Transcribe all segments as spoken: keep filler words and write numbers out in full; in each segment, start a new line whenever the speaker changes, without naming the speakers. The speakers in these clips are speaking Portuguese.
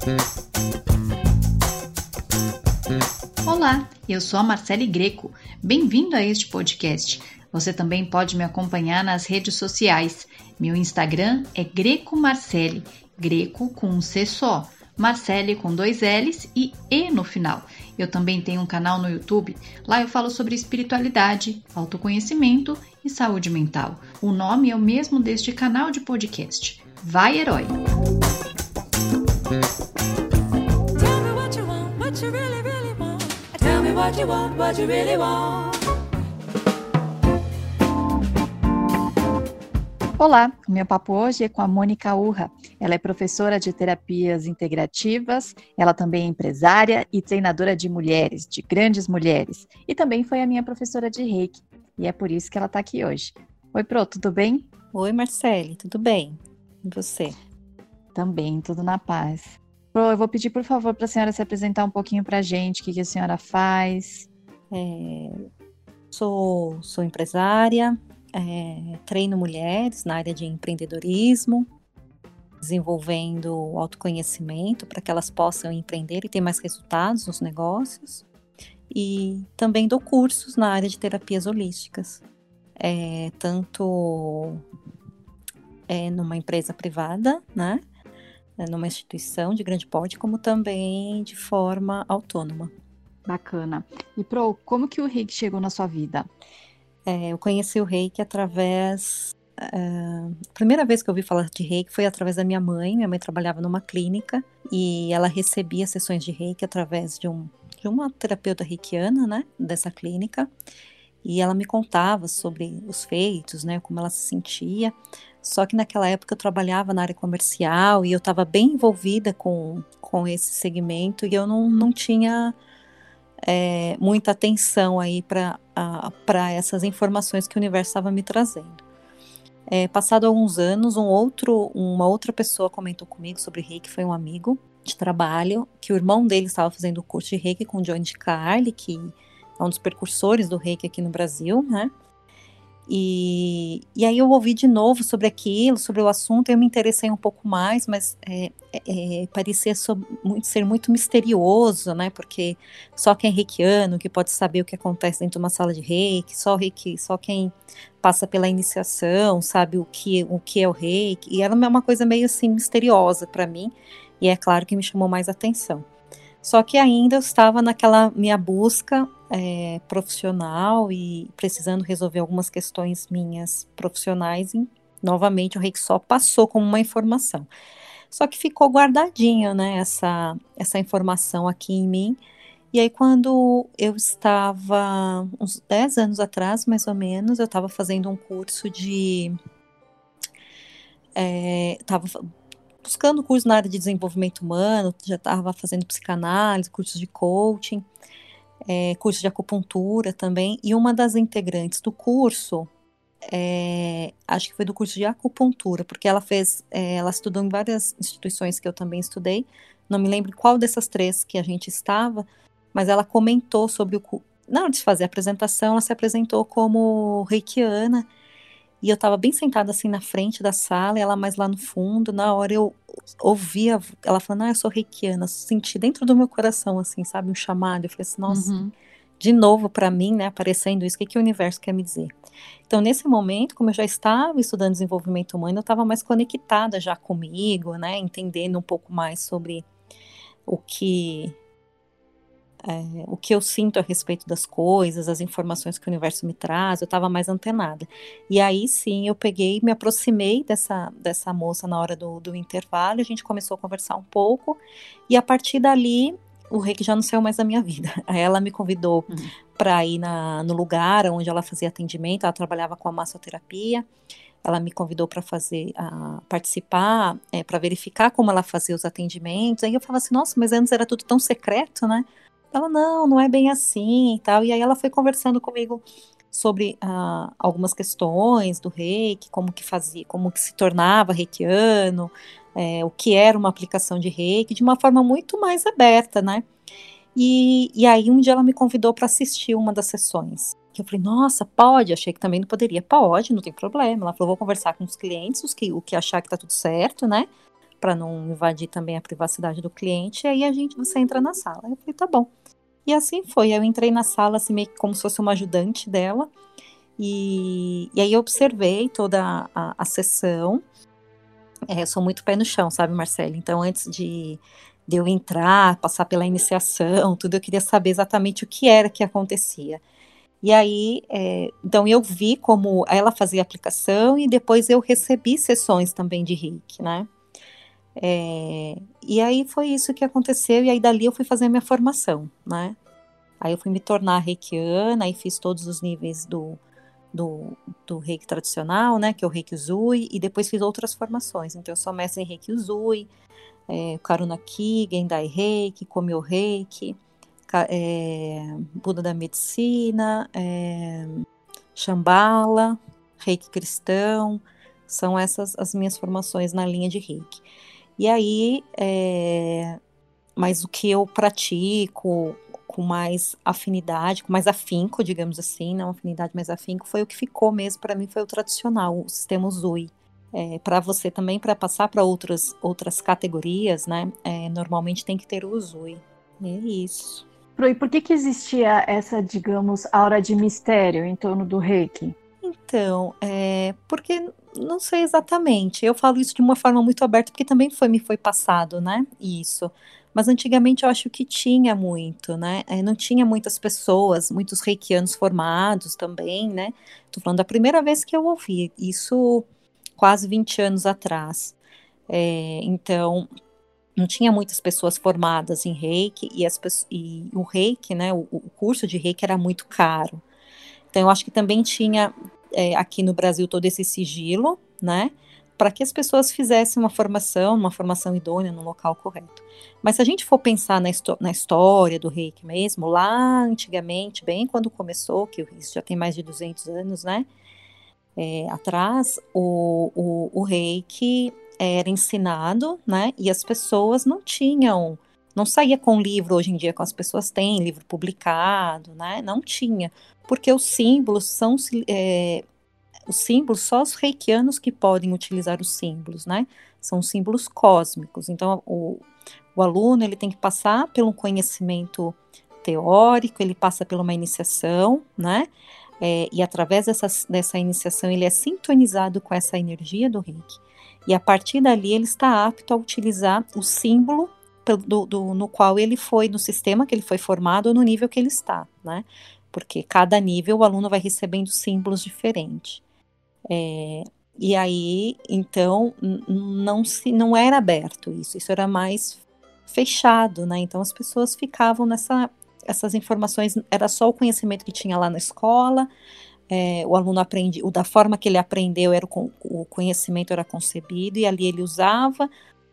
Olá, eu sou a Marcele Greco. Bem-vindo a este podcast. Você também pode me acompanhar nas redes sociais. Meu Instagram é Greco Marcele, Greco com um C só, Marcele com dois L's e E no final. Eu também tenho um canal no YouTube. Lá eu falo sobre espiritualidade, autoconhecimento e saúde mental. O nome é o mesmo deste canal de podcast. Vai, Herói!
What you want, what you really want.
Olá, o meu papo hoje é com a Mônica Urra. Ela é professora de terapias integrativas, ela também é empresária e treinadora de mulheres, de grandes mulheres. E também foi a minha professora de Reiki, e é por isso que ela está aqui hoje. Oi, Pro, tudo bem?
Oi, Marcele, tudo bem? E você?
Também, tudo na paz. Pro, eu vou pedir, por favor, para a senhora se apresentar um pouquinho para a gente, o que, que a senhora faz.
É, sou, sou empresária, é, treino mulheres na área de empreendedorismo, desenvolvendo autoconhecimento para que elas possam empreender e ter mais resultados nos negócios. E também dou cursos na área de terapias holísticas, é, tanto é, numa empresa privada, né? Numa instituição de grande porte, como também de forma autônoma.
Bacana. E Pro, como que o Reiki chegou na sua vida?
É, eu conheci o Reiki através... Uh, a primeira vez que eu ouvi falar de Reiki foi através da minha mãe. Minha mãe trabalhava numa clínica e ela recebia sessões de Reiki através de, um, de uma terapeuta reikiana, né, dessa clínica. E ela me contava sobre os feitos, né, como ela se sentia. Só que naquela época eu trabalhava na área comercial e eu estava bem envolvida com, com esse segmento e eu não, não tinha é, muita atenção aí para essas informações que o universo estava me trazendo. É, passado alguns anos, um outro, uma outra pessoa comentou comigo sobre Reiki, foi um amigo de trabalho, que o irmão dele estava fazendo o curso de Reiki com o Johnny Carli, que é um dos precursores do Reiki aqui no Brasil, né? E, e aí eu ouvi de novo sobre aquilo, sobre o assunto, eu me interessei um pouco mais, mas é, é, parecia so, muito, ser muito misterioso, né? Porque só quem é reikiano que pode saber o que acontece dentro de uma sala de reiki, só, reiki, só quem passa pela iniciação sabe o que, o que é o reiki, e era uma coisa meio assim misteriosa para mim, e é claro que me chamou mais atenção. Só que ainda eu estava naquela minha busca é, profissional e precisando resolver algumas questões minhas profissionais e novamente o Reiki só passou como uma informação. Só que ficou guardadinha, né, essa, essa informação aqui em mim. E aí quando eu estava, uns dez anos atrás, mais ou menos, eu estava fazendo um curso de... Estava... É, buscando curso na área de desenvolvimento humano, já estava fazendo psicanálise, cursos de coaching, é, curso de acupuntura também, e uma das integrantes do curso, é, acho que foi do curso de acupuntura, porque ela fez, é, ela estudou em várias instituições que eu também estudei, não me lembro qual dessas três que a gente estava, mas ela comentou sobre o curso, na hora de fazer a apresentação, ela se apresentou como reikiana, e eu estava bem sentada assim na frente da sala, e ela mais lá no fundo, na hora eu ouvia ela falando, ah, eu sou reikiana, senti dentro do meu coração, assim, sabe, um chamado, eu falei assim, nossa, uhum. De novo para mim, né, aparecendo isso, o que, que o universo quer me dizer? Então, nesse momento, como eu já estava estudando desenvolvimento humano, eu estava mais conectada já comigo, né, entendendo um pouco mais sobre o que... É, o que eu sinto a respeito das coisas, as informações que o universo me traz, eu estava mais antenada. E aí sim, eu peguei, me aproximei dessa, dessa moça na hora do, do intervalo, a gente começou a conversar um pouco, e a partir dali, o Reiki já não saiu mais da minha vida. Aí ela me convidou uhum. para ir na, no lugar onde ela fazia atendimento, ela trabalhava com a massoterapia, ela me convidou para fazer, a participar, é, para verificar como ela fazia os atendimentos, aí eu falava assim, nossa, mas antes era tudo tão secreto, né? Ela, não, não é bem assim e tal, e aí ela foi conversando comigo sobre ah, algumas questões do Reiki, como que fazia, como que se tornava reikiano, é, o que era uma aplicação de Reiki, de uma forma muito mais aberta, né, e, e aí um dia ela me convidou para assistir uma das sessões, que eu falei, nossa, pode, achei que também não poderia, pode, não tem problema, ela falou, vou conversar com os clientes, os que, o que achar que tá tudo certo, né, para não invadir também a privacidade do cliente, e aí a gente, você entra na sala. Eu falei, tá bom. E assim foi, eu entrei na sala assim, meio que como se fosse uma ajudante dela, e, e aí eu observei toda a, a, a sessão. É, eu sou muito pé no chão, sabe, Marcelo? Então, antes de, de eu entrar, passar pela iniciação, tudo, eu queria saber exatamente o que era que acontecia. E aí, é, então eu vi como ela fazia a aplicação e depois eu recebi sessões também de reiki, né? É, e aí foi isso que aconteceu, e aí dali eu fui fazer a minha formação, né? Aí eu fui me tornar reikiana, aí fiz todos os níveis do, do, do reiki tradicional, né? Que é o reiki Uzui, e depois fiz outras formações. Então eu sou mestre em reiki Uzui, é, Karuna-ki, Gendai Reiki, Komyo Reiki, é, Buda da Medicina, é, Shambhala, Reiki Cristão, são essas as minhas formações na linha de Reiki. E aí, é, mas o que eu pratico com mais afinidade, com mais afinco, digamos assim, não afinidade, mas afinco, foi o que ficou mesmo para mim, foi o tradicional, o sistema Uzui. É, para você também, para passar para outras, outras categorias, né, é, normalmente tem que ter o Uzui. É isso.
E por que que existia essa, digamos, aura de mistério em torno do reiki?
Então, é, porque não sei exatamente, eu falo isso de uma forma muito aberta, porque também foi, me foi passado, né, isso. Mas antigamente eu acho que tinha muito, né, é, não tinha muitas pessoas, muitos reikianos formados também, né, tô falando da primeira vez que eu ouvi, isso quase vinte anos atrás. É, então, não tinha muitas pessoas formadas em reiki, e, as, e o reiki, né, o, o curso de reiki era muito caro. Então, eu acho que também tinha é, aqui no Brasil todo esse sigilo, né, para que as pessoas fizessem uma formação, uma formação idônea no local correto. Mas se a gente for pensar na, na história do reiki mesmo, lá antigamente, bem quando começou, que isso já tem mais de duzentos anos, né, é, atrás, o, o, o reiki era ensinado, né, e as pessoas não tinham, não saía com livro, hoje em dia com as pessoas têm livro publicado, né, não tinha, porque os símbolos são, é, os símbolos, só os reikianos que podem utilizar os símbolos, né, são símbolos cósmicos, então o, o aluno, ele tem que passar pelo conhecimento teórico, ele passa por uma iniciação, né, é, e através dessa, dessa iniciação ele é sintonizado com essa energia do reiki, e a partir dali ele está apto a utilizar o símbolo do, do, no qual ele foi, no sistema que ele foi formado ou no nível que ele está, né? Porque cada nível o aluno vai recebendo símbolos diferentes. É, e aí, então, não, se, não era aberto isso, isso era mais fechado, né? Então as pessoas ficavam nessa, essas informações, era só o conhecimento que tinha lá na escola, é, o aluno aprende, o da forma que ele aprendeu, era o, o conhecimento era concebido, e ali ele usava,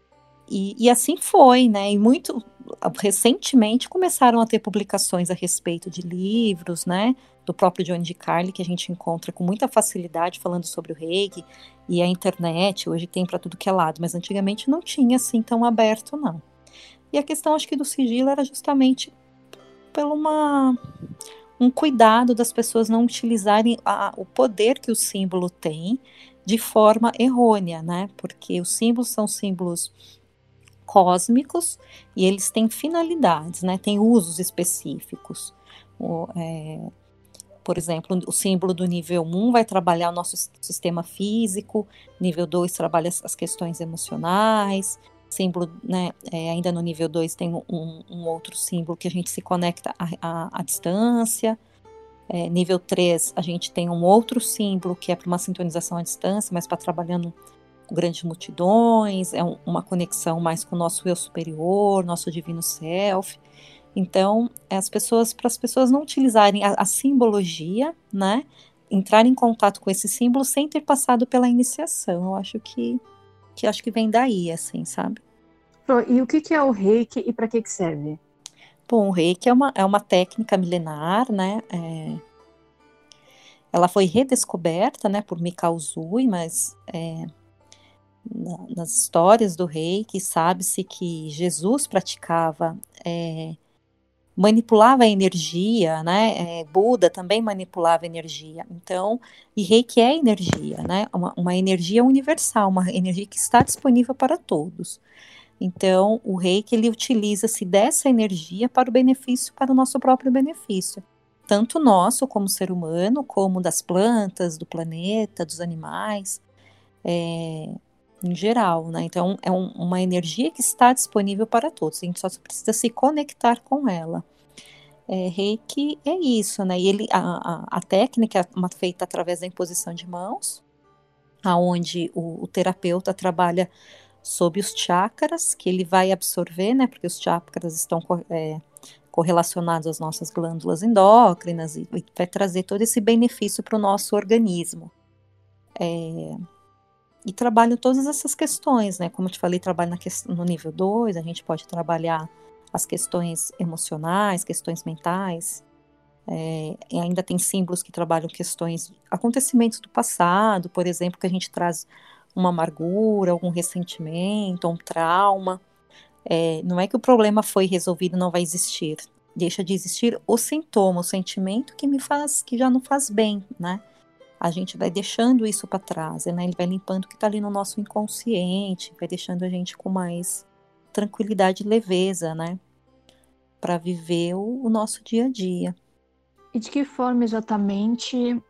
e, e assim foi, né, e muito, recentemente começaram a ter publicações a respeito de livros, né, do próprio Johnny DiCarlo, que a gente encontra com muita facilidade falando sobre o reiki, e a internet, hoje tem para tudo que é lado, mas antigamente não tinha assim tão aberto, não. E a questão, acho que do sigilo era justamente pelo uma... um cuidado das pessoas não utilizarem a, o poder que o símbolo tem de forma errônea, né? Porque os símbolos são símbolos cósmicos e eles têm finalidades, né? Tem usos específicos. O, é, por exemplo, o símbolo do nível um vai trabalhar o nosso sistema físico, nível dois trabalha as questões emocionais, símbolo, né, é, ainda no nível dois tem um, um outro símbolo que a gente se conecta à distância, é, nível três a gente tem um outro símbolo que é para uma sintonização à distância, mas para trabalhando com grandes multidões, é um, uma conexão mais com o nosso eu superior, nosso divino self. Então, as pessoas, para as pessoas não utilizarem a, a simbologia, né, entrar em contato com esse símbolo sem ter passado pela iniciação, eu acho que que acho que vem daí, assim, sabe?
E o que, que é o reiki e para que, que serve?
Bom, o reiki é uma, é uma técnica milenar, né? É, ela foi redescoberta, né, por Mikao Usui, mas é, na, nas histórias do reiki sabe-se que Jesus praticava é, manipulava a energia, né? É, Buda também manipulava a energia. Então, e Reiki é energia, né? Uma, uma energia universal, uma energia que está disponível para todos. Então, o Reiki, ele utiliza-se dessa energia para o benefício, para o nosso próprio benefício. Tanto nosso, como ser humano, como das plantas, do planeta, dos animais, é, em geral, né? Então, é um, uma energia que está disponível para todos. A gente só precisa se conectar com ela. É, Reiki é isso, né? E ele, a, a, a técnica é uma, feita através da imposição de mãos, aonde o, o terapeuta trabalha sob os chakras, que ele vai absorver, né? Porque os chakras estão é, correlacionados às nossas glândulas endócrinas e, e vai trazer todo esse benefício para o nosso organismo. É, e trabalho todas essas questões, né? Como eu te falei, trabalho na que, no nível dois, a gente pode trabalhar as questões emocionais, questões mentais, é, e ainda tem símbolos que trabalham questões, acontecimentos do passado, por exemplo, que a gente traz uma amargura, algum ressentimento, um trauma. É, não é que o problema foi resolvido, não vai existir. Deixa de existir o sintoma, o sentimento que me faz, que já não faz bem, né? A gente vai deixando isso para trás, né? Ele vai limpando o que está ali no nosso inconsciente, vai deixando a gente com mais tranquilidade e leveza, né? Para viver o, o nosso dia a dia.
E de que forma exatamente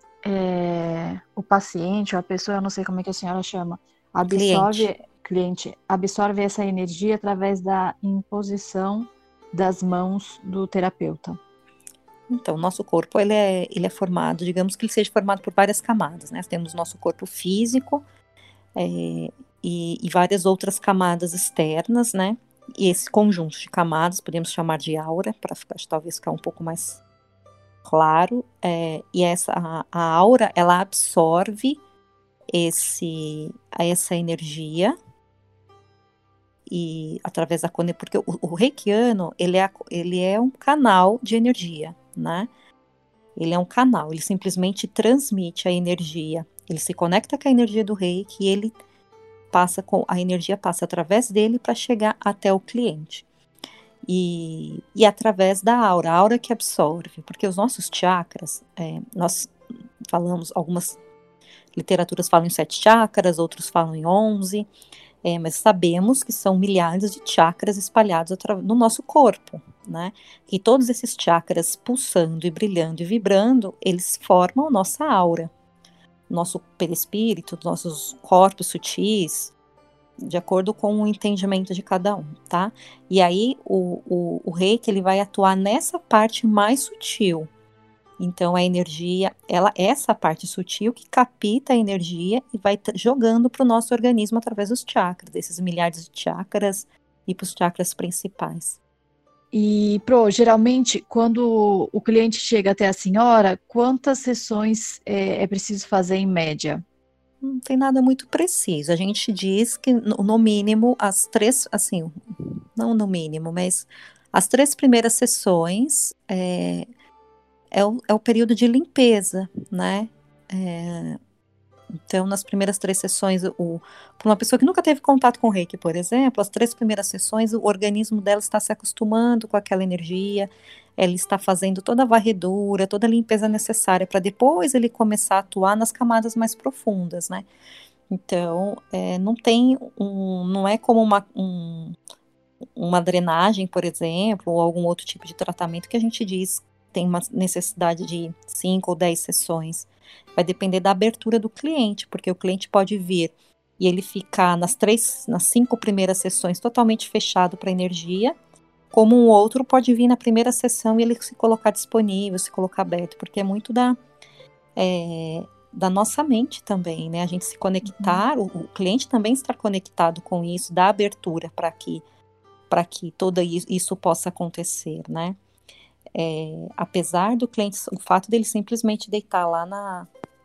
é, o paciente, ou a pessoa, eu não sei como é que a senhora chama, absorve,
Cliente.
cliente, absorve essa energia através da imposição das mãos do terapeuta?
Então, o nosso corpo, ele é, ele é formado, digamos que ele seja formado por várias camadas, né? Temos nosso corpo físico é, e, e várias outras camadas externas, né? E esse conjunto de camadas, podemos chamar de aura, para talvez ficar um pouco mais claro, é, e essa, a, a aura, ela absorve esse, essa energia, e através da conexão, porque o, o reikiano, ele é, ele é um canal de energia, né? Ele é um canal, ele simplesmente transmite a energia, ele se conecta com a energia do reiki e ele passa com, a energia passa através dele para chegar até o cliente. E, e através da aura, a aura que absorve, porque os nossos chakras, é, nós falamos, algumas literaturas falam em sete chakras, outros falam em onze, é, mas sabemos que são milhares de chakras espalhados no nosso corpo, né? E todos esses chakras pulsando e brilhando e vibrando, eles formam nossa aura, nosso perispírito, nossos corpos sutis, de acordo com o entendimento de cada um, tá? E aí o, o, o reiki, ele vai atuar nessa parte mais sutil. Então a energia, ela, essa parte sutil que capta a energia e vai jogando para o nosso organismo através dos chakras, desses milhares de chakras e para os chakras principais.
E, Pro, geralmente, quando o cliente chega até a senhora, quantas sessões é, é preciso fazer em média?
Não tem nada muito preciso. A gente diz que, no mínimo, as três, assim, não no mínimo, mas as três primeiras sessões é, é, o, é o período de limpeza, né? É, então, nas primeiras três sessões, para uma pessoa que nunca teve contato com o reiki, por exemplo, as três primeiras sessões, o organismo dela está se acostumando com aquela energia, ela está fazendo toda a varredura, toda a limpeza necessária para depois ele começar a atuar nas camadas mais profundas, né? Então, é, não tem um, não é como uma, um, uma drenagem, por exemplo, ou algum outro tipo de tratamento que a gente diz tem uma necessidade de cinco ou dez sessões. Vai depender da abertura do cliente, porque o cliente pode vir e ele ficar nas três, nas cinco primeiras sessões totalmente fechado para energia, como um outro pode vir na primeira sessão e ele se colocar disponível, se colocar aberto, porque é muito da, é, da nossa mente também, né? A gente se conectar, uhum. o, o cliente também estar conectado com isso, dar abertura para que, para que todo isso possa acontecer, né? É, apesar do cliente, o fato dele simplesmente deitar lá na,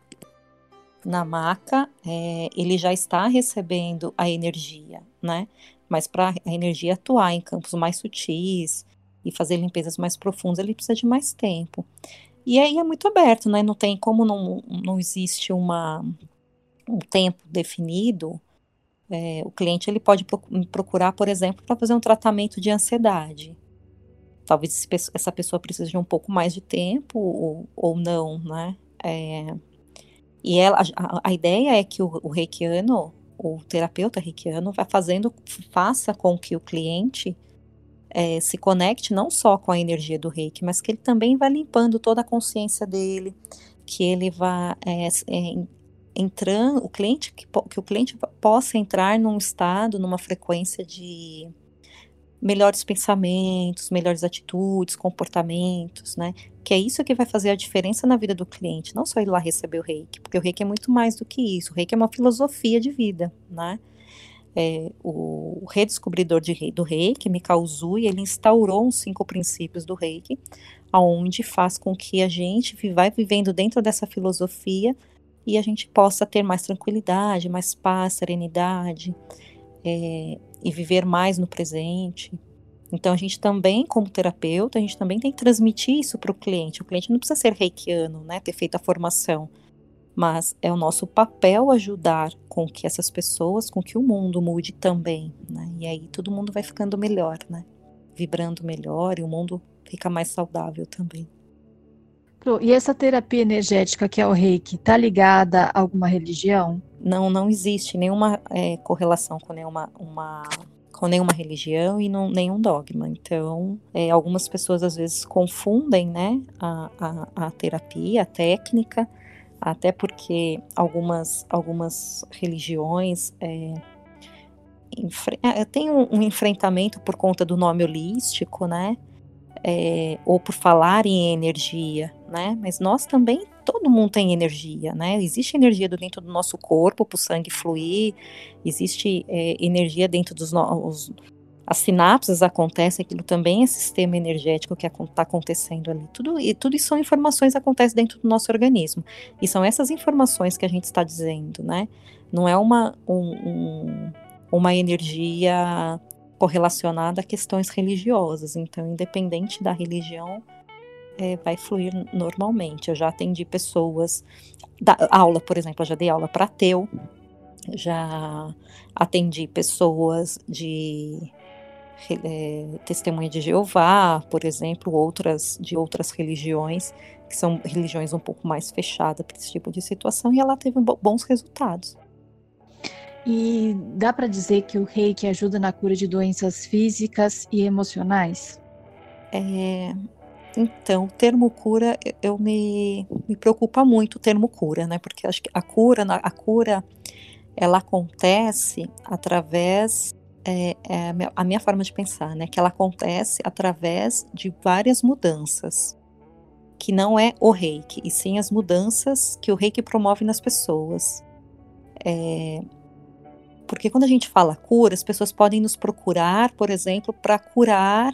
na maca, é, ele já está recebendo a energia, né? Mas para a energia atuar em campos mais sutis e fazer limpezas mais profundas, ele precisa de mais tempo. E aí é muito aberto, né? Não tem como não, não existe uma, um tempo definido. É, o cliente ele pode procurar, por exemplo, para fazer um tratamento de ansiedade. talvez essa pessoa precise de um pouco mais de tempo ou, ou não, né? É, e ela, a, a ideia é que o, o reikiano, o terapeuta reikiano, vai fazendo, faça com que o cliente é, se conecte não só com a energia do reiki, mas que ele também vai limpando toda a consciência dele, que ele vá é, é, entrando, o cliente, que, que o cliente possa entrar num estado, numa frequência de melhores pensamentos, melhores atitudes, comportamentos, né? Que é isso que vai fazer a diferença na vida do cliente, não só ir lá receber o reiki, porque o reiki é muito mais do que isso, o reiki é uma filosofia de vida, né? É, o, o redescobridor de, do reiki, Mikao Usui, ele instaurou os cinco princípios do reiki, aonde faz com que a gente vai vivendo dentro dessa filosofia e a gente possa ter mais tranquilidade, mais paz, serenidade, é, e viver mais no presente. Então a gente também, como terapeuta, a gente também tem que transmitir isso para o cliente. O cliente não precisa ser reikiano, né, ter feito a formação, mas é o nosso papel ajudar com que essas pessoas, com que o mundo mude também, né, e aí todo mundo vai ficando melhor, né, vibrando melhor e o mundo fica mais saudável também.
E essa terapia energética que é o reiki, está ligada a alguma religião?
Não, não existe nenhuma é, correlação com nenhuma, uma, com nenhuma religião e não, nenhum dogma. Então, é, algumas pessoas às vezes confundem, né, a, a, a terapia, a técnica, até porque algumas, algumas religiões é, enfre- é, têm um, um enfrentamento por conta do nome holístico, né? É, ou por falar em energia, né? Mas nós também, todo mundo tem energia, né? Existe energia dentro do nosso corpo para o sangue fluir, existe é, energia dentro dos nossos, as sinapses acontecem, aquilo também é sistema energético que está acontecendo ali. Tudo, e tudo isso são informações que acontecem dentro do nosso organismo. E são essas informações que a gente está dizendo, né? Não é uma, um, um, uma energia correlacionada a questões religiosas. Então, independente da religião, é, vai fluir normalmente. Eu já atendi pessoas, da aula, por exemplo, eu já dei aula para ateu, já atendi pessoas de é, testemunha de Jeová, por exemplo, outras de outras religiões, que são religiões um pouco mais fechadas para esse tipo de situação, e ela teve bons resultados.
E dá para dizer que o reiki ajuda na cura de doenças físicas e emocionais?
É, então, o termo cura, eu me, me preocupa muito o termo cura, né? Porque acho que a cura, a cura, ela acontece através, é, é a, minha, a minha forma de pensar, né? Que ela acontece através de várias mudanças, que não é o reiki, e sim as mudanças que o reiki promove nas pessoas. É, porque quando a gente fala cura, as pessoas podem nos procurar, por exemplo, para curar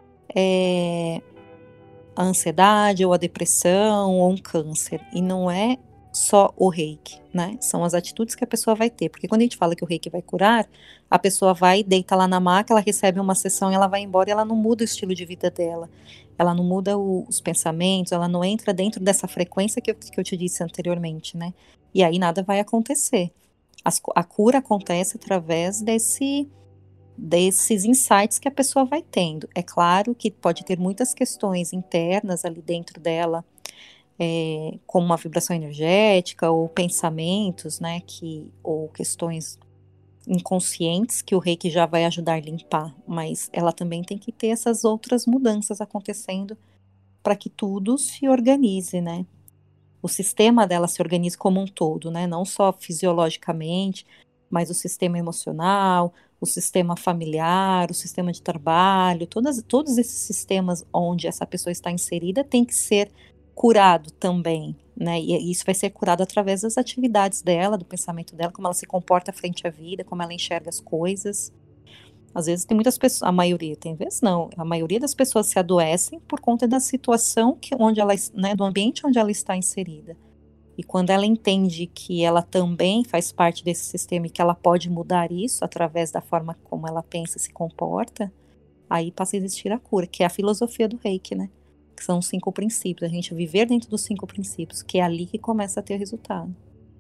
é, a ansiedade, ou a depressão, ou um câncer. E não é só o reiki, né? São as atitudes que a pessoa vai ter. Porque quando a gente fala que o reiki vai curar, a pessoa vai, deita lá na maca, ela recebe uma sessão e ela vai embora e ela não muda o estilo de vida dela. Ela não muda o, os pensamentos, ela não entra dentro dessa frequência que eu, que eu te disse anteriormente, né? E aí nada vai acontecer. As, a cura acontece através desse, desses insights que a pessoa vai tendo. É claro que pode ter muitas questões internas ali dentro dela, é, como uma vibração energética ou pensamentos, né, que, ou questões inconscientes que o reiki já vai ajudar a limpar, mas ela também tem que ter essas outras mudanças acontecendo para que tudo se organize, né? O sistema dela se organiza como um todo, né? Não só fisiologicamente, mas o sistema emocional, o sistema familiar, o sistema de trabalho, todas, todos esses sistemas onde essa pessoa está inserida tem que ser curado também, né? E isso vai ser curado através das atividades dela, do pensamento dela, como ela se comporta frente à vida, como ela enxerga as coisas. Às vezes tem muitas pessoas, a maioria, tem vezes não, a maioria das pessoas se adoecem por conta da situação que, onde ela, né, do ambiente onde ela está inserida. E quando ela entende que ela também faz parte desse sistema e que ela pode mudar isso através da forma como ela pensa e se comporta, aí passa a existir a cura, que é a filosofia do reiki, né? Que são os cinco princípios, a gente viver dentro dos cinco princípios, que é ali que começa a ter resultado.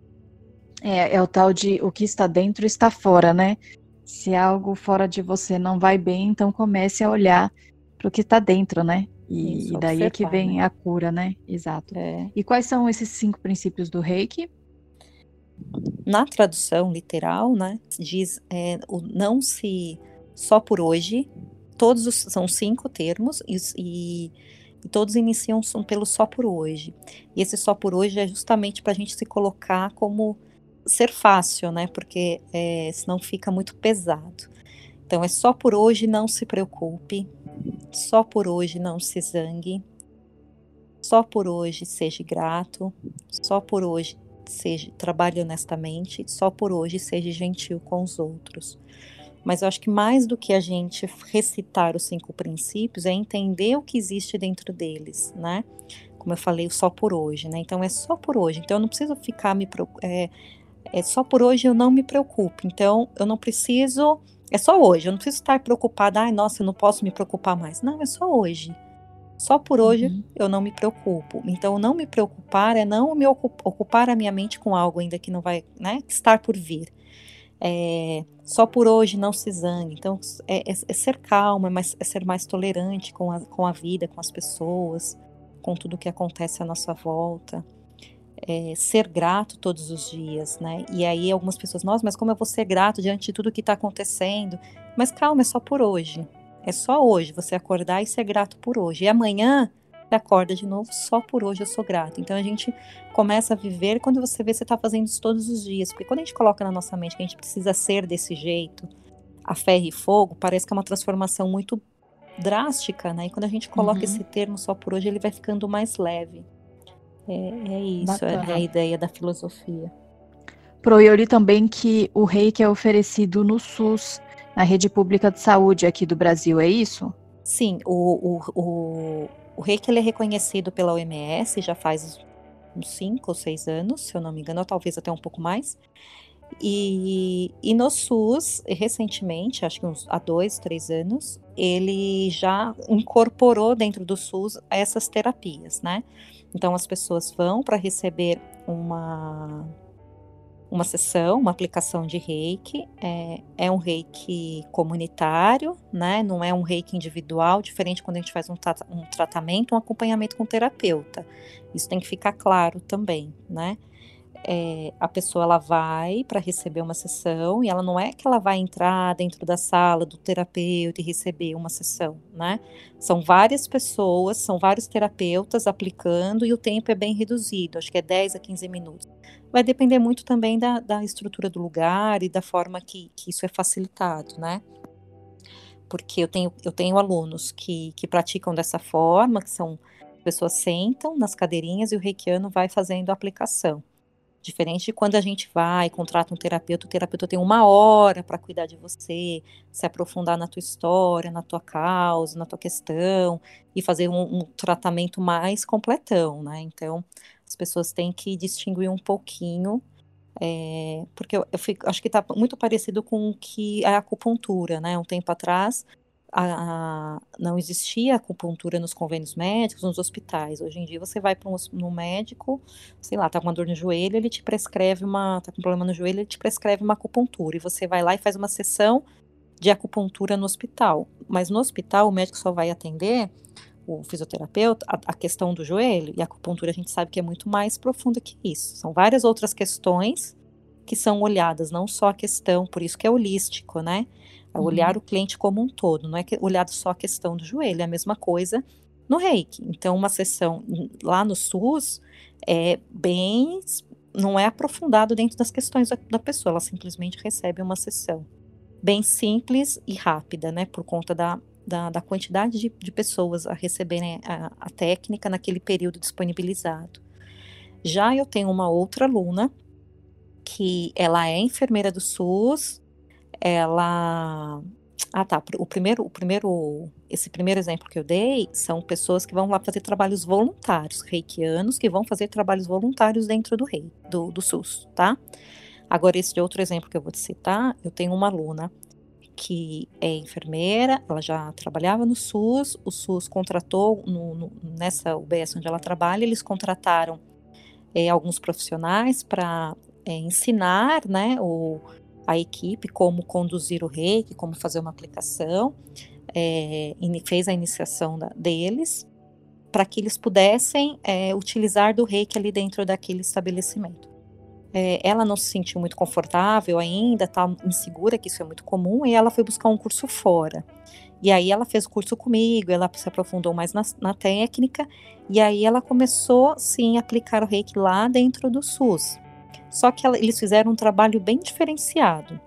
É, é o tal de o que está dentro está fora, né? Se algo fora de você não vai bem, então comece a olhar pro que está dentro, né? E,
Isso,
e daí é que
observar,
vem
né?
a cura, né? Exato.
É.
E quais são esses cinco princípios do Reiki?
Na tradução literal, né, diz é, o não se só por hoje, todos os, são cinco termos e, e, e todos iniciam são pelo só por hoje. E esse só por hoje é justamente para a gente se colocar como ser fácil, né, porque é, senão fica muito pesado. Então é só por hoje, não se preocupe, só por hoje não se zangue, só por hoje seja grato, só por hoje seja, trabalhe honestamente, só por hoje seja gentil com os outros. Mas eu acho que mais do que a gente recitar os cinco princípios é entender o que existe dentro deles, né? Como eu falei, só por hoje, né? Então é só por hoje. Então eu não preciso ficar me é, é só por hoje eu não me preocupo. Então eu não preciso, é só hoje. Eu não preciso estar preocupada. Ai, nossa, eu não posso me preocupar mais. Não, é só hoje. Só por hoje
Uhum.
eu não me preocupo. Então, não me preocupar é não me ocupar a minha mente com algo ainda que não vai, né, estar por vir. É, só por hoje não se zangue. Então, é, é, é ser calma, é, mais, é ser mais tolerante com a, com a vida, com as pessoas, com tudo que acontece à nossa volta. É, ser grato todos os dias, né? E aí algumas pessoas, nossa, mas como eu vou ser grato diante de tudo que está acontecendo? Mas calma, é só por hoje. É só hoje você acordar e ser grato por hoje. E amanhã você acorda de novo, só por hoje eu sou grato. Então a gente começa a viver quando você vê você está fazendo isso todos os dias. Porque quando a gente coloca na nossa mente que a gente precisa ser desse jeito, a ferro e fogo, parece que é uma transformação muito drástica, né? E quando a gente coloca
Uhum.
esse termo só por hoje, ele vai ficando mais leve. É, é isso, é,
Bacana.
é a ideia da filosofia.
Pro, eu li também que o Reiki é oferecido no SUS, na rede pública de saúde aqui do Brasil, é isso?
Sim, o, o, o, o Reiki ele é reconhecido pela O M S já faz uns cinco ou seis anos, se eu não me engano, ou talvez até um pouco mais. E, e no SUS, recentemente, acho que uns, há dois, três anos, ele já incorporou dentro do SUS essas terapias, né? Então as pessoas vão para receber uma uma sessão, uma aplicação de reiki, é, é um reiki comunitário, né? Não é um reiki individual, diferente quando a gente faz um, tra um tratamento, um acompanhamento com o terapeuta. Isso tem que ficar claro também, né? É, a pessoa ela vai para receber uma sessão e ela não é que ela vai entrar dentro da sala do terapeuta e receber uma sessão, né? São várias pessoas, são vários terapeutas aplicando e o tempo é bem reduzido, acho que é dez a quinze minutos. Vai depender muito também da, da estrutura do lugar e da forma que, que isso é facilitado, né? Porque eu tenho, eu tenho alunos que, que praticam dessa forma, que são pessoas sentam nas cadeirinhas e o reikiano vai fazendo a aplicação. Diferente de quando a gente vai, contrata um terapeuta, o terapeuta tem uma hora para cuidar de você, se aprofundar na tua história, na tua causa, na tua questão, e fazer um, um tratamento mais completão, né? Então, as pessoas têm que distinguir um pouquinho, é, porque eu, eu fico, acho que está muito parecido com o que é a acupuntura, né? Um tempo atrás, a, a, não existia acupuntura nos convênios médicos, nos hospitais. Hoje em dia você vai para um no médico, sei lá, tá com uma dor no joelho, ele te prescreve uma, tá com um problema no joelho, ele te prescreve uma acupuntura e você vai lá e faz uma sessão de acupuntura no hospital. Mas no hospital o médico só vai atender o fisioterapeuta a, a questão do joelho, e a acupuntura a gente sabe que é muito mais profunda que isso. São várias outras questões que são olhadas, não só a questão, por isso que é holístico, né? É olhar
Uhum.
o cliente como um todo, não é que, olhar só a questão do joelho, é a mesma coisa no reiki. Então, uma sessão lá no SUS é bem, não é aprofundado dentro das questões da, da pessoa, ela simplesmente recebe uma sessão bem simples e rápida, né, por conta da, da, da quantidade de, de pessoas a receberem a, a técnica naquele período disponibilizado. Já eu tenho uma outra aluna que ela é enfermeira do SUS, ela... Ah, tá, o primeiro, o primeiro, esse primeiro exemplo que eu dei são pessoas que vão lá fazer trabalhos voluntários, reikianos que vão fazer trabalhos voluntários dentro do rei, do, do SUS, tá? Agora, esse outro exemplo que eu vou te citar, eu tenho uma aluna que é enfermeira, ela já trabalhava no SUS, o SUS contratou, no, no, nessa U B S onde ela trabalha, eles contrataram é, alguns profissionais para é, ensinar, né, o, a equipe como conduzir o reiki, como fazer uma aplicação, é, fez a iniciação da, deles, para que eles pudessem é, utilizar do reiki ali dentro daquele estabelecimento. É, ela não se sentiu muito confortável ainda, está insegura, que isso é muito comum, e ela foi buscar um curso fora. E aí ela fez o curso comigo, ela se aprofundou mais na, na técnica, e aí ela começou, sim, a aplicar o reiki lá dentro do SUS. Só que ela, eles fizeram um trabalho bem diferenciado,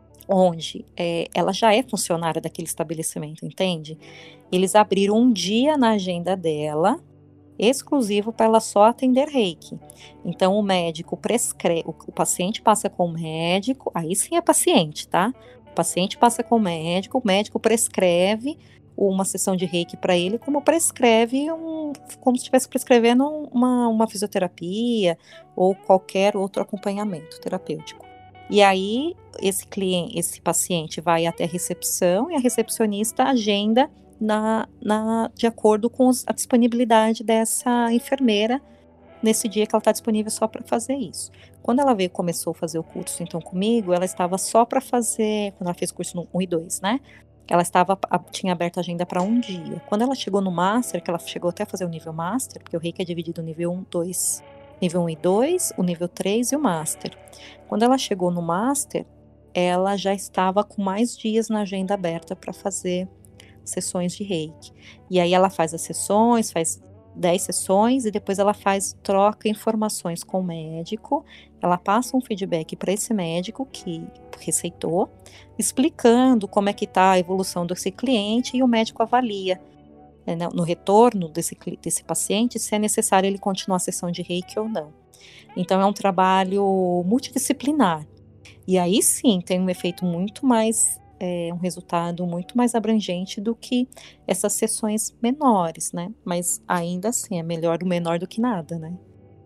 onde é, ela já é funcionária daquele estabelecimento, entende? Eles abriram um dia na agenda dela, exclusivo para ela só atender reiki. Então o médico prescreve, o, o paciente passa com o médico, aí sim é paciente, tá? O paciente passa com o médico, o médico prescreve uma sessão de reiki para ele, como prescreve um, como se estivesse prescrevendo uma, uma fisioterapia ou qualquer outro acompanhamento terapêutico. E aí esse cliente, esse paciente vai até a recepção e a recepcionista agenda Na, na, de acordo com os, a disponibilidade dessa enfermeira nesse dia que ela está disponível só para fazer isso. Quando ela veio, começou a fazer o curso então comigo, ela estava só para fazer, quando ela fez o curso no um e dois, né? Ela estava, a, tinha aberto a agenda para um dia. Quando ela chegou no Master, que ela chegou até a fazer o nível Master, porque o reiki é dividido no nível um, dois, nível um e dois, o nível três e o Master. Quando ela chegou no Master, ela já estava com mais dias na agenda aberta para fazer sessões de reiki. E aí ela faz as sessões, faz dez sessões e depois ela faz, troca informações com o médico, ela passa um feedback para esse médico que receitou, explicando como é que está a evolução desse cliente e o médico avalia, né, no retorno desse, desse paciente, se é necessário ele continuar a sessão de reiki ou não. Então é um trabalho multidisciplinar. E aí sim, tem um efeito muito mais É um resultado muito mais abrangente do que essas sessões menores, né? Mas ainda assim, é melhor o menor do que nada, né?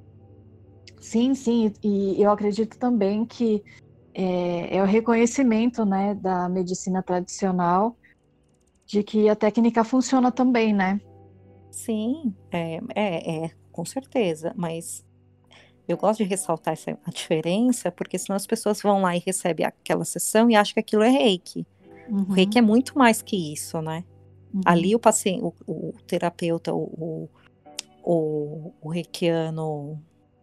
Sim, sim, e eu acredito também que é, é o reconhecimento, né, da medicina tradicional de que a técnica funciona também, né?
Sim, é, é, é com certeza, mas eu gosto de ressaltar essa, a diferença, porque senão as pessoas vão lá e recebem aquela sessão e acham que aquilo é reiki.
Uhum.
O reiki é muito mais que isso, né?
Uhum.
Ali o paciente, o, o terapeuta, o, o, o reikiano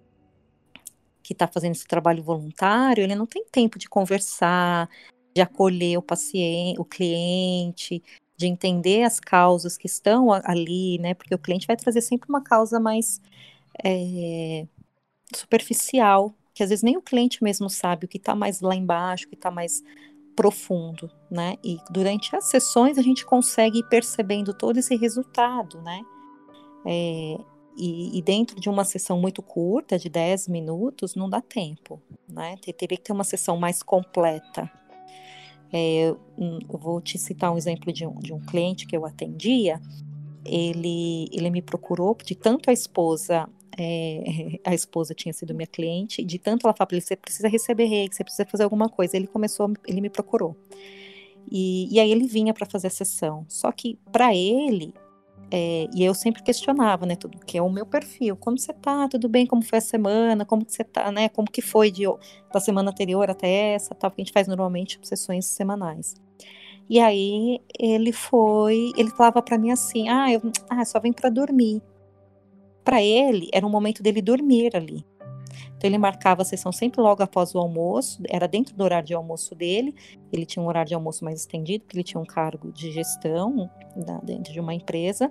que está fazendo esse trabalho voluntário, ele não tem tempo de conversar, de acolher o paciente, o cliente, de entender as causas que estão ali, né? Porque o cliente vai trazer sempre uma causa mais é, superficial, que às vezes nem o cliente mesmo sabe o que está mais lá embaixo, o que está mais profundo, né? E durante as sessões a gente consegue ir percebendo todo esse resultado, né? É, e, e dentro de uma sessão muito curta, de dez minutos, não dá tempo, né? Teria que ter uma sessão mais completa. É, eu vou te citar um exemplo de um, de um cliente que eu atendia. Ele, ele me procurou, de tanto a esposa, é, a esposa tinha sido minha cliente, de tanto ela falava, você precisa receber reiki, você precisa fazer alguma coisa. Ele começou, ele me procurou. E, e aí ele vinha para fazer a sessão. Só que para ele, é, e eu sempre questionava, né, tudo que é o meu perfil, como você tá, tudo bem, como foi a semana, como que você tá, né, como que foi de, da semana anterior até essa, tal, que a gente faz normalmente sessões semanais. E aí ele foi, ele falava para mim assim, ah, eu ah, só vim para dormir. Para ele era um momento dele dormir ali. Então ele marcava a sessão sempre logo após o almoço, era dentro do horário de almoço dele. Ele tinha um horário de almoço mais estendido, porque ele tinha um cargo de gestão da, dentro de uma empresa.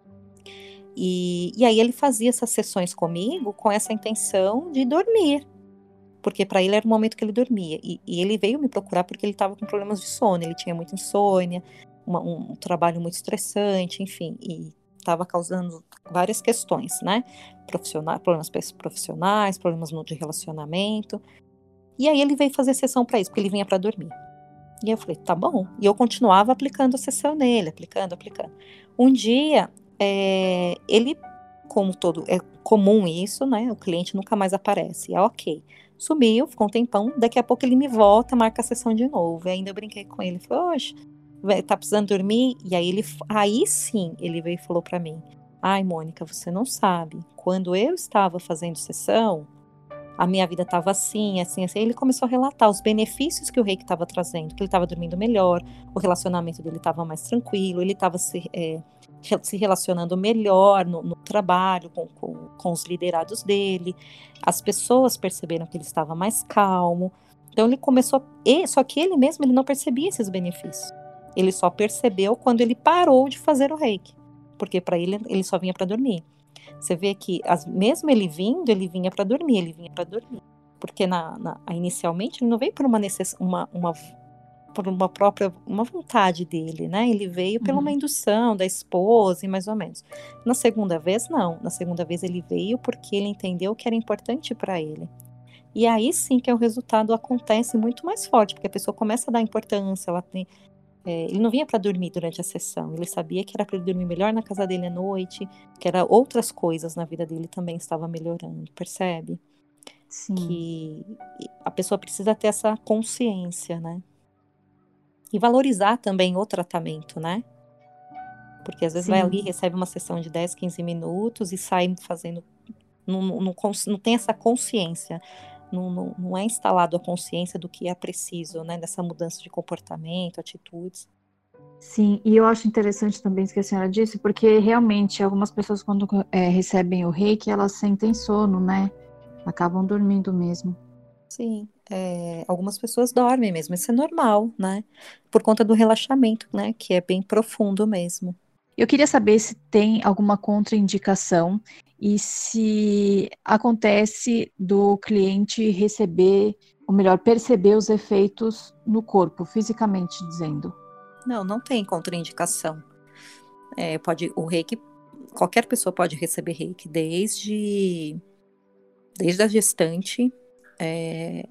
E, e aí ele fazia essas sessões comigo com essa intenção de dormir. Porque para ele era o momento que ele dormia. E, e ele veio me procurar porque ele estava com problemas de sono. Ele tinha muita insônia, uma, um, um trabalho muito estressante, enfim. E estava causando várias questões, né? Profissional, problemas profissionais, problemas de relacionamento. E aí ele veio fazer sessão para isso, porque ele vinha para dormir. E eu falei, tá bom. E eu continuava aplicando a sessão nele, aplicando, aplicando. Um dia, é, ele, como todo, é comum isso, né? O cliente nunca mais aparece. É ok. Sumiu, ficou um tempão, daqui a pouco ele me volta, marca a sessão de novo. E ainda eu brinquei com ele, falei, oxe, tá precisando dormir? E aí ele, aí sim, ele veio e falou pra mim, ai, Mônica, você não sabe, quando eu estava fazendo sessão, a minha vida estava assim, assim, assim. Ele começou a relatar os benefícios que o reiki estava trazendo, que ele estava dormindo melhor, o relacionamento dele estava mais tranquilo, ele estava se, é, se relacionando melhor no, no trabalho, com, com, com os liderados dele. As pessoas perceberam que ele estava mais calmo. Então ele começou, a, só que ele mesmo ele não percebia esses benefícios. Ele só percebeu quando ele parou de fazer o reiki, porque para ele ele só vinha para dormir. Você vê que, as, mesmo ele vindo, ele vinha para dormir, ele vinha para dormir. Porque na, na, inicialmente ele não veio por uma, necess, uma, uma, por uma própria uma vontade dele, né? Ele veio por uma indução da esposa, e mais ou menos. Na segunda vez, não. Na segunda vez ele veio porque ele entendeu que era importante para ele. E aí sim que o resultado acontece muito mais forte, porque a pessoa começa a dar importância, ela tem... É, ele não vinha para dormir durante a sessão, ele sabia que era para ele dormir melhor na casa dele à noite, que era outras coisas na vida dele também estava melhorando, percebe?
Sim.
Que a pessoa precisa ter essa consciência, né? E valorizar também o tratamento, né? Porque às vezes Sim. vai ali, recebe uma sessão de dez, quinze minutos e sai fazendo, não, não, não, não tem essa consciência. Não, não, não é instalado a consciência do que é preciso, né, dessa mudança de comportamento, atitudes.
Sim, e eu acho interessante também isso que a senhora disse, porque realmente algumas pessoas quando é, recebem o reiki, elas sentem sono, né, acabam dormindo mesmo.
Sim, é, algumas pessoas dormem mesmo, isso é normal, né, por conta do relaxamento, né, que é bem profundo mesmo.
Eu queria saber se tem alguma contraindicação e se acontece do cliente receber, ou melhor, perceber os efeitos no corpo, fisicamente dizendo.
Não, não tem contraindicação. É, pode, o reiki, qualquer pessoa pode receber reiki, desde, desde a gestante é,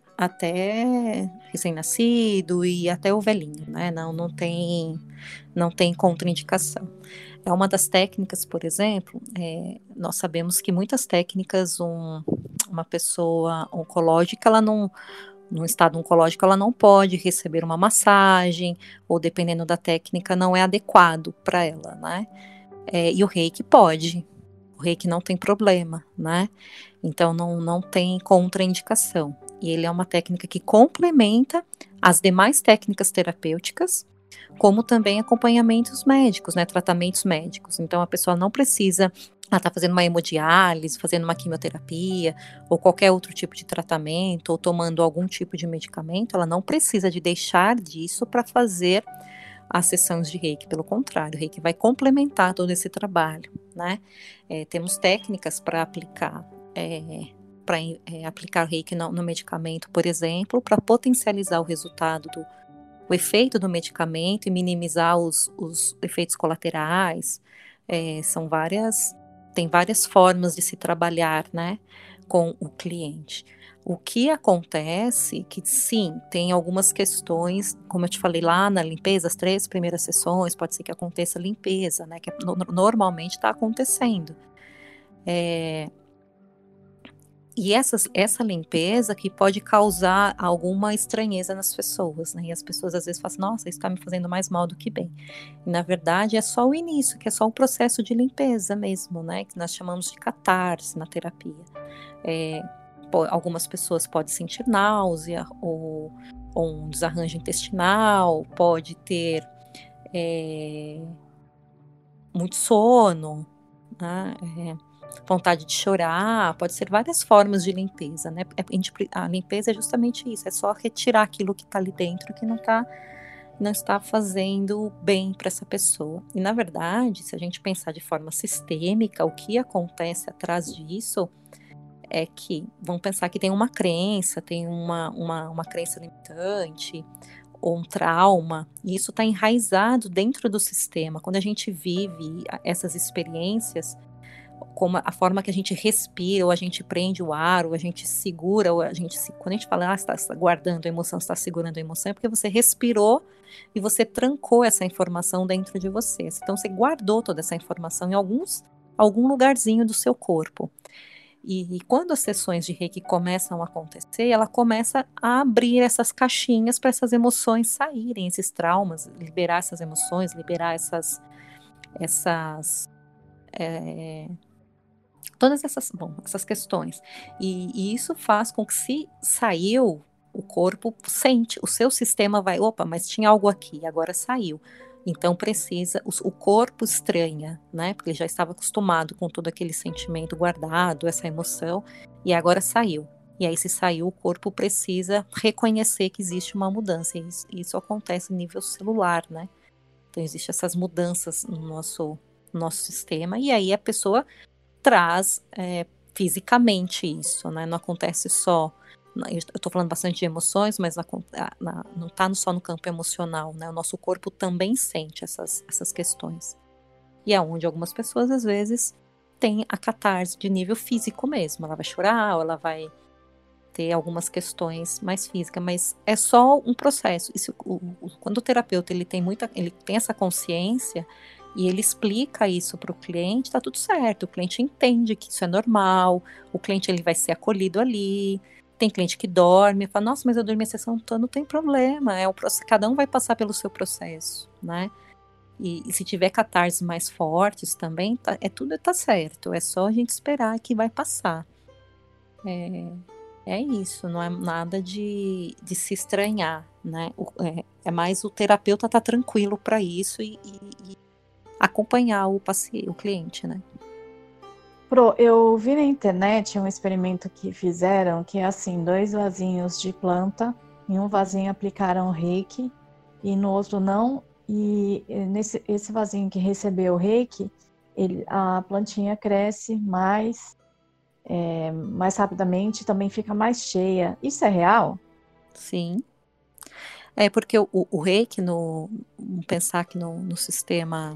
até recém-nascido e até o velhinho, né? Não, não tem, não tem contraindicação. É uma das técnicas, por exemplo, é, nós sabemos que muitas técnicas, um, uma pessoa oncológica, ela não, num estado oncológico, ela não pode receber uma massagem, ou dependendo da técnica, não é adequado para ela, né? É, e o reiki pode, o reiki não tem problema, né? Então não, não tem contraindicação. E ele é uma técnica que complementa as demais técnicas terapêuticas, como também acompanhamentos médicos, né, tratamentos médicos. Então a pessoa não precisa, ela está fazendo uma hemodiálise, fazendo uma quimioterapia, ou qualquer outro tipo de tratamento, ou tomando algum tipo de medicamento, ela não precisa de deixar disso para fazer as sessões de reiki, pelo contrário, o reiki vai complementar todo esse trabalho, né? É, temos técnicas para aplicar, é, para é, aplicar reiki no, no medicamento, por exemplo, para potencializar o resultado do o efeito do medicamento e minimizar os, os efeitos colaterais. É, são várias, tem várias formas de se trabalhar, né, com o cliente. O que acontece que sim, tem algumas questões, como eu te falei lá na limpeza, as três primeiras sessões, pode ser que aconteça limpeza, né, que no, normalmente está acontecendo. É, E essas, essa limpeza que pode causar alguma estranheza nas pessoas, né? E as pessoas às vezes falam assim, nossa, isso está me fazendo mais mal do que bem. E na verdade é só o início, que é só o processo de limpeza mesmo, né? Que nós chamamos de catarse na terapia. É, pô, algumas pessoas podem sentir náusea ou, ou um desarranjo intestinal, pode ter é, muito sono, né? É, vontade de chorar, pode ser várias formas de limpeza, né? A limpeza é justamente isso, é só retirar aquilo que está ali dentro que não tá, não está fazendo bem para essa pessoa. E na verdade, se a gente pensar de forma sistêmica, o que acontece atrás disso é que, vamos pensar que tem uma crença, tem uma, uma, uma crença limitante, ou um trauma, e isso está enraizado dentro do sistema. Quando a gente vive essas experiências, como a forma que a gente respira, ou a gente prende o ar, ou a gente segura, ou a gente se, quando a gente fala, ah, você está guardando a emoção, você está segurando a emoção, é porque você respirou e você trancou essa informação dentro de você. Então você guardou toda essa informação em alguns, algum lugarzinho do seu corpo. E, e quando as sessões de reiki começam a acontecer, ela começa a abrir essas caixinhas para essas emoções saírem, esses traumas, liberar essas emoções, liberar essas, essas é, Todas essas, bom, essas questões. E, e isso faz com que, se saiu, o corpo sente, o seu sistema vai, opa, mas tinha algo aqui, agora saiu. Então precisa, o, o corpo estranha, né? Porque ele já estava acostumado com todo aquele sentimento guardado, essa emoção, e agora saiu. E aí, se saiu, o corpo precisa reconhecer que existe uma mudança. E isso, isso acontece em nível celular, né? Então, existem essas mudanças no nosso, no nosso sistema, e aí a pessoa traz é, fisicamente isso, né? Não acontece só. Eu estou falando bastante de emoções, mas na, na, não está só no campo emocional, né? O nosso corpo também sente essas, essas questões. E é onde algumas pessoas, às vezes, têm a catarse de nível físico mesmo. Ela vai chorar, ou ela vai ter algumas questões mais físicas, mas é só um processo. Isso, o, o, quando o terapeuta ele tem, muita, ele tem essa consciência e ele explica isso para o cliente, tá tudo certo. O cliente entende que isso é normal, o cliente ele vai ser acolhido ali. Tem cliente que dorme, fala, nossa, mas eu dormi a sessão toda, não tem problema, é o processo, cada um vai passar pelo seu processo, né? E, e se tiver catarses mais fortes também, tá, é tudo tá certo, é só a gente esperar que vai passar. É, é isso, não é nada de, de se estranhar, né? O, é, é mais o terapeuta tá tranquilo para isso e, e, e acompanhar o paciente, o cliente, né?
Pro, eu vi na internet um experimento que fizeram, que é assim, dois vasinhos de planta, em um vasinho aplicaram reiki e no outro não, e nesse esse vasinho que recebeu o reiki, ele, a plantinha cresce mais, é, mais rapidamente, também fica mais cheia. Isso é real?
Sim. É porque o, o reiki, no, pensar que no, no sistema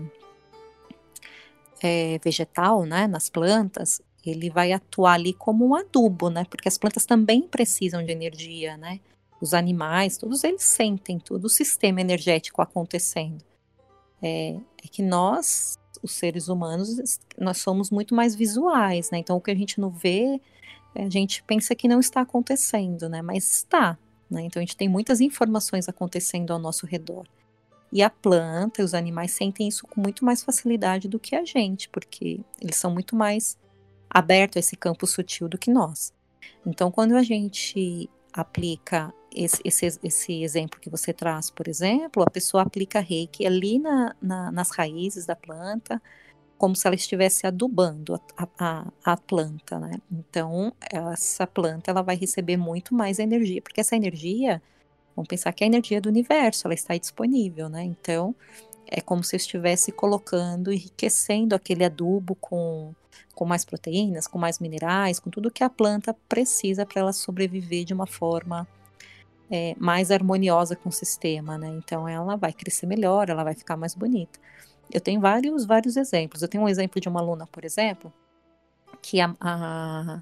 É, vegetal, né, nas plantas, ele vai atuar ali como um adubo, né, porque as plantas também precisam de energia, né, os animais, todos eles sentem tudo, o sistema energético acontecendo. É, é que nós, os seres humanos, nós somos muito mais visuais, né, então o que a gente não vê, a gente pensa que não está acontecendo, né, mas está, né, então a gente tem muitas informações acontecendo ao nosso redor. E a planta e os animais sentem isso com muito mais facilidade do que a gente, porque eles são muito mais abertos a esse campo sutil do que nós. Então, quando a gente aplica esse, esse, esse exemplo que você traz, por exemplo, a pessoa aplica reiki ali na, na, nas raízes da planta, como se ela estivesse adubando a, a, a planta, né? Então, essa planta ela vai receber muito mais energia, porque essa energia... Vamos pensar que é a energia do universo, ela está disponível, né? Então, é como se eu estivesse colocando, enriquecendo aquele adubo com, com mais proteínas, com mais minerais, com tudo que a planta precisa para ela sobreviver de uma forma é, mais harmoniosa com o sistema, né? Então, ela vai crescer melhor, ela vai ficar mais bonita. Eu tenho vários, vários exemplos. Eu tenho um exemplo de uma aluna, por exemplo, que a, a,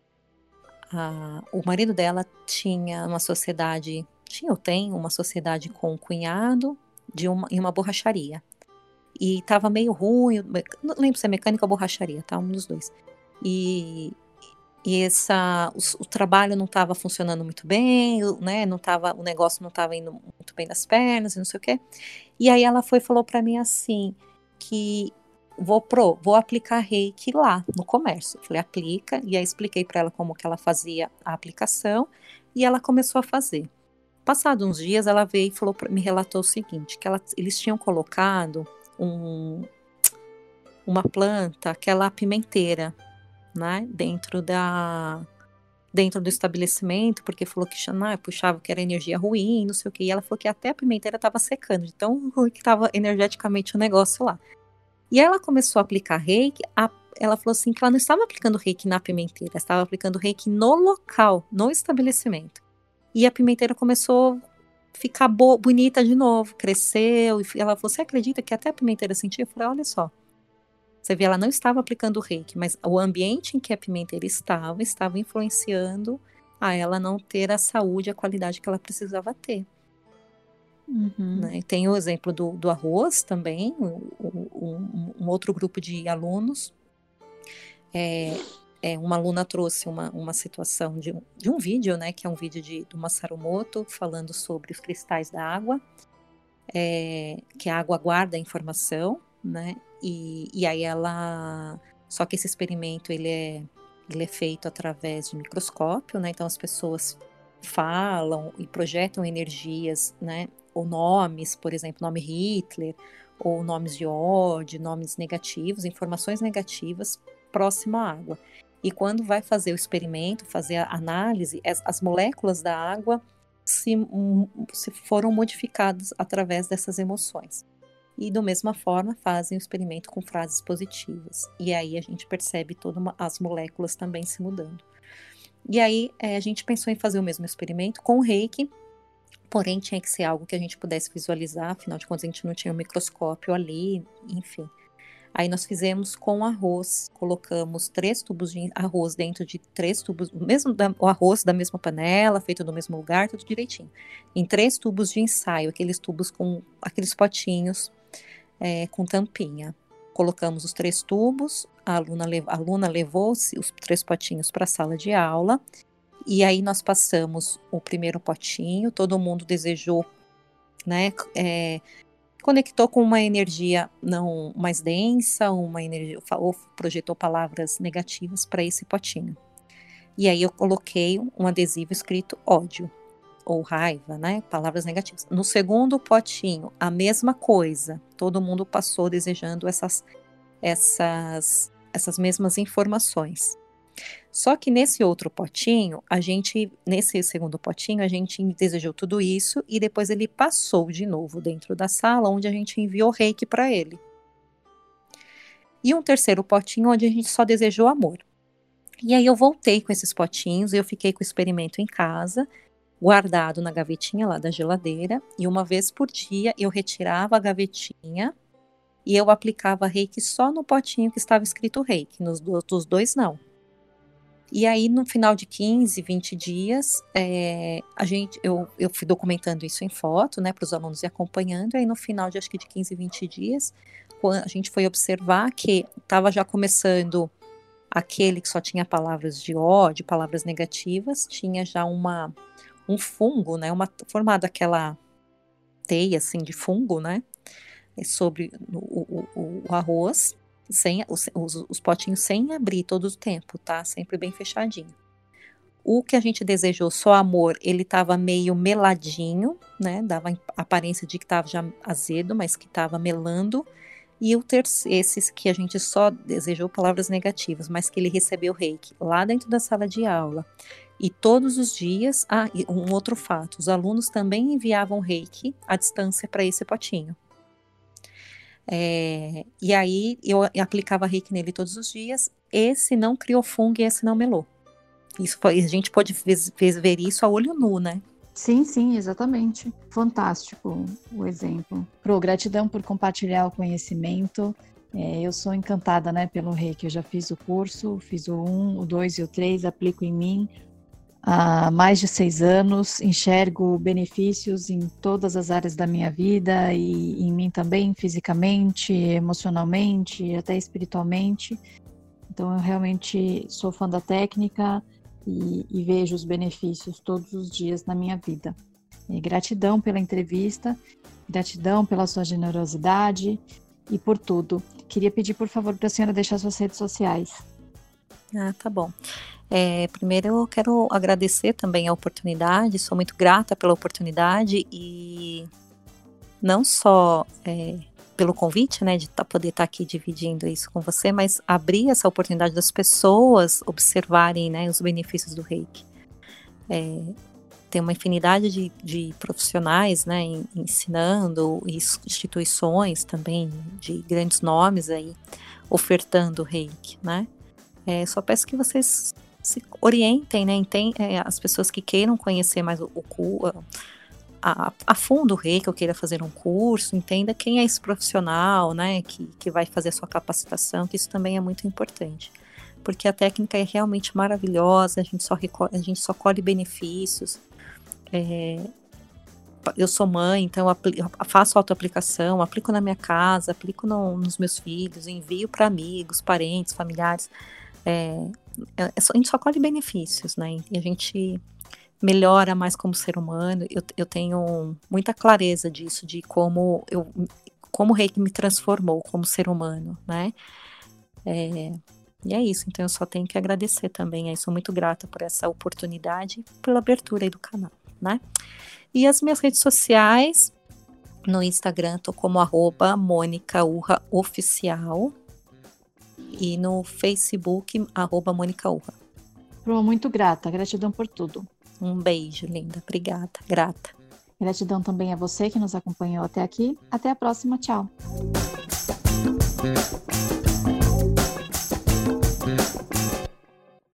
a, o marido dela tinha uma sociedade... Tinha ou tem uma sociedade com um cunhado de uma, em uma borracharia. E tava meio ruim, não lembro se é mecânica ou borracharia, tá? Um dos dois. E, e essa, o, o trabalho não estava funcionando muito bem, né? Não tava, o negócio não estava indo muito bem das pernas, não sei o quê. E aí ela foi e falou para mim assim, que vou, pro, vou aplicar reiki lá no comércio. Falei, aplica, e aí expliquei para ela como que ela fazia a aplicação, e ela começou a fazer. Passados uns dias, ela veio e falou, me relatou o seguinte, que ela, eles tinham colocado um, uma planta, aquela pimenteira, né, dentro, da, dentro do estabelecimento, porque falou que ah, puxava que era energia ruim, não sei o que, e ela falou que até a pimenteira estava secando, de tão ruim que estava energeticamente o negócio lá. E ela começou a aplicar reiki, a, ela falou assim que ela não estava aplicando reiki na pimenteira, ela estava aplicando reiki no local, no estabelecimento. E a pimenteira começou a ficar bo- bonita de novo, cresceu. E ela falou, você acredita que até a pimenteira sentia? Eu falei, olha só. Você vê, ela não estava aplicando o reiki, mas o ambiente em que a pimenteira estava, estava influenciando a ela não ter a saúde, a qualidade que ela precisava ter. Uhum. Né? Tem o exemplo do, do arroz também, o, o, um, um outro grupo de alunos. É... É, uma aluna trouxe uma, uma situação de um, de um vídeo, né, que é um vídeo de, do Masaru Emoto, falando sobre os cristais da água, é, que a água guarda a informação, né, e, e aí ela Só que esse experimento, ele é, ele é feito através de microscópio, né? Então as pessoas falam e projetam energias, né? Ou nomes, por exemplo, nome Hitler, ou nomes de ódio, nomes negativos, informações negativas próximo à água. E quando vai fazer o experimento, fazer a análise, as, as moléculas da água se, um, se foram modificadas através dessas emoções. E da mesma forma fazem o experimento com frases positivas. E aí a gente percebe todas as moléculas também se mudando. E aí é, a gente pensou em fazer o mesmo experimento com o reiki, porém tinha que ser algo que a gente pudesse visualizar, afinal de contas a gente não tinha um microscópio ali, enfim. Aí nós fizemos com arroz, colocamos três tubos de arroz dentro de três tubos, o, mesmo da, o arroz da mesma panela, feito no mesmo lugar, tudo direitinho. Em três tubos de ensaio, aqueles tubos com aqueles potinhos é, com tampinha. Colocamos os três tubos, a aluna, a aluna levou os três potinhos para a sala de aula, e aí nós passamos o primeiro potinho, todo mundo desejou, né, é, conectou com uma energia não mais densa, uma energia, ou projetou palavras negativas para esse potinho. E aí eu coloquei um adesivo escrito ódio, ou raiva, né? Palavras negativas. No segundo potinho, a mesma coisa. Todo mundo passou desejando essas, essas, essas mesmas informações. Só que nesse outro potinho, a gente, nesse segundo potinho, a gente desejou tudo isso e depois ele passou de novo dentro da sala, onde a gente enviou reiki para ele. E um terceiro potinho, onde a gente só desejou amor. E aí eu voltei com esses potinhos, eu fiquei com o experimento em casa, guardado na gavetinha lá da geladeira, e uma vez por dia eu retirava a gavetinha e eu aplicava reiki só no potinho que estava escrito reiki, nos dos dois não. E aí, no final de quinze, vinte dias, é, a gente, eu, eu fui documentando isso em foto, né, para os alunos ir acompanhando, e aí no final de, acho que de quinze, vinte dias, quando a gente foi observar que estava já começando aquele que só tinha palavras de ódio, palavras negativas, tinha já uma, um fungo, né, uma, formado aquela teia, assim, de fungo, né, sobre o, o, o arroz, sem, os, os, os potinhos sem abrir todo o tempo, tá? Sempre bem fechadinho. O que a gente desejou, só amor, ele estava meio meladinho, né? Dava a aparência de que estava já azedo, mas que estava melando. E o terceiro, esses que a gente só desejou palavras negativas, mas que ele recebeu reiki lá dentro da sala de aula. E todos os dias, ah, e um outro fato, os alunos também enviavam reiki à distância para esse potinho. É, e aí eu aplicava reiki nele todos os dias. Esse não criou fungo e esse não melou. Isso foi, a gente pode ver, ver isso a olho nu, né?
Sim, sim, exatamente. Fantástico o exemplo. Pro, gratidão por compartilhar o conhecimento. É, eu sou encantada, né, pelo reiki. Eu já fiz o curso, fiz o um, o dois e o três, aplico em mim há mais de seis anos, enxergo benefícios em todas as áreas da minha vida e em mim também, fisicamente, emocionalmente, até espiritualmente. Então eu realmente sou fã da técnica e, e vejo os benefícios todos os dias na minha vida. E gratidão pela entrevista, gratidão pela sua generosidade e por tudo. Queria pedir, por favor, para a senhora deixar suas redes sociais.
Ah, tá bom. É, primeiro eu quero agradecer também a oportunidade, sou muito grata pela oportunidade e não só é, pelo convite, né, de tá, poder estar tá aqui dividindo isso com você, mas abrir essa oportunidade das pessoas observarem, né, os benefícios do reiki. É, tem uma infinidade de, de profissionais, né, ensinando, instituições também de grandes nomes aí, ofertando reiki, né. É, só peço que vocês se orientem, né, tem, é, as pessoas que queiram conhecer mais o, o a, a fundo o reiki, ou queira fazer um curso, entenda quem é esse profissional, né, que, que vai fazer a sua capacitação, que isso também é muito importante, porque a técnica é realmente maravilhosa, a gente só, recolhe, a gente só colhe benefícios. É, eu sou mãe, então eu, apl- eu faço autoaplicação, aplico na minha casa, aplico no, nos meus filhos, envio para amigos, parentes, familiares. É, é, a gente só colhe benefícios, né? E a gente melhora mais como ser humano. Eu, eu tenho muita clareza disso, de como eu, como o reiki me transformou como ser humano, né? É, e é isso, então eu só tenho que agradecer também, aí sou muito grata por essa oportunidade, pela abertura aí do canal, né? E as minhas redes sociais, no Instagram tô como arroba Mônica Urra Oficial e no Facebook, arroba Mônica Urra.
Pro, muito grata, gratidão por tudo.
Um beijo, linda, obrigada, grata.
Gratidão também a você que nos acompanhou até aqui. Até a próxima, tchau.